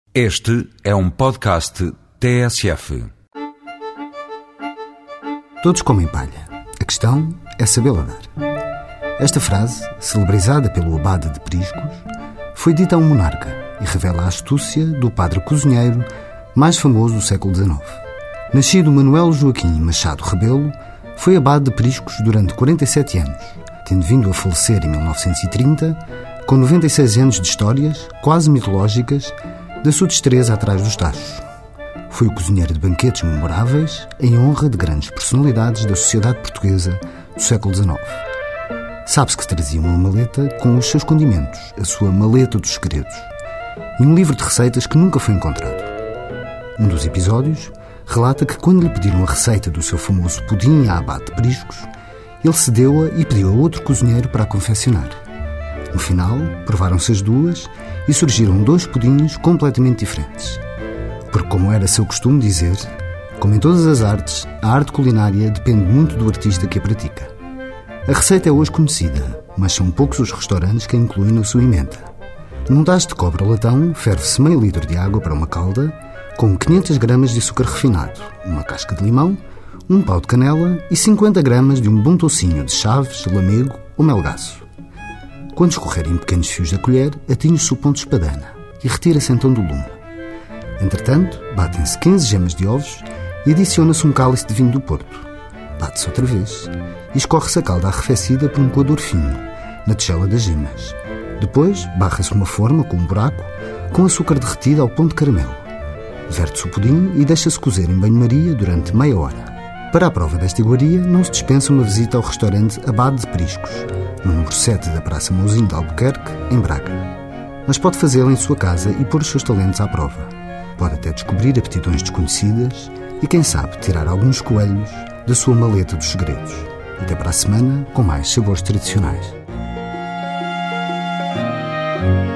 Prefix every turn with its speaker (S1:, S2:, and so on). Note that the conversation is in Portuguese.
S1: Este é um podcast TSF.
S2: Todos comem palha. A questão é sabê-la dar. Esta frase, celebrizada pelo abade de Priscos, foi dita a um monarca e revela a astúcia do padre cozinheiro mais famoso do século XIX. Nascido Manuel Joaquim Machado Rebelo, foi abade de Priscos durante 47 anos, tendo vindo a falecer em 1930, com 96 anos de histórias, quase mitológicas, da sua destreza atrás dos tachos. Foi o cozinheiro de banquetes memoráveis em honra de grandes personalidades da sociedade portuguesa do século XIX. Sabe-se que trazia uma maleta com os seus condimentos, a sua maleta dos segredos, e um livro de receitas que nunca foi encontrado. Um dos episódios relata que quando lhe pediram a receita do seu famoso pudim à abade de Priscos, ele cedeu-a e pediu a outro cozinheiro para a confeccionar. No final, provaram-se as duas e surgiram dois pudins completamente diferentes. Porque, como era seu costume dizer, como em todas as artes, a arte culinária depende muito do artista que a pratica. A receita é hoje conhecida, mas são poucos os restaurantes que a incluem na sua emenda. Num tacho de cobre latão, ferve-se meio litro de água para uma calda, com 500 gramas de açúcar refinado, uma casca de limão, um pau de canela e 50 gramas de um bom tocinho de chaves, lamego ou melgaço. Quando escorrerem pequenos fios da colher, atinge-se o ponto de espadana e retira-se então do lume. Entretanto, batem-se 15 gemas de ovos e adiciona-se um cálice de vinho do Porto. Bate-se outra vez e escorre-se a calda arrefecida por um coador fino, na tigela das gemas. Depois, barra-se uma forma com um buraco, com açúcar derretido ao ponto de caramelo. Verte-se o pudim e deixa-se cozer em banho-maria durante meia hora. Para a prova desta iguaria, não se dispensa uma visita ao restaurante Abade de Priscos, no número 7 da Praça Mouzinho de Albuquerque, em Braga. Mas pode fazê-lo em sua casa e pôr os seus talentos à prova. Pode até descobrir aptidões desconhecidas e, quem sabe, tirar alguns coelhos da sua maleta dos segredos. Até para a semana, com mais sabores tradicionais.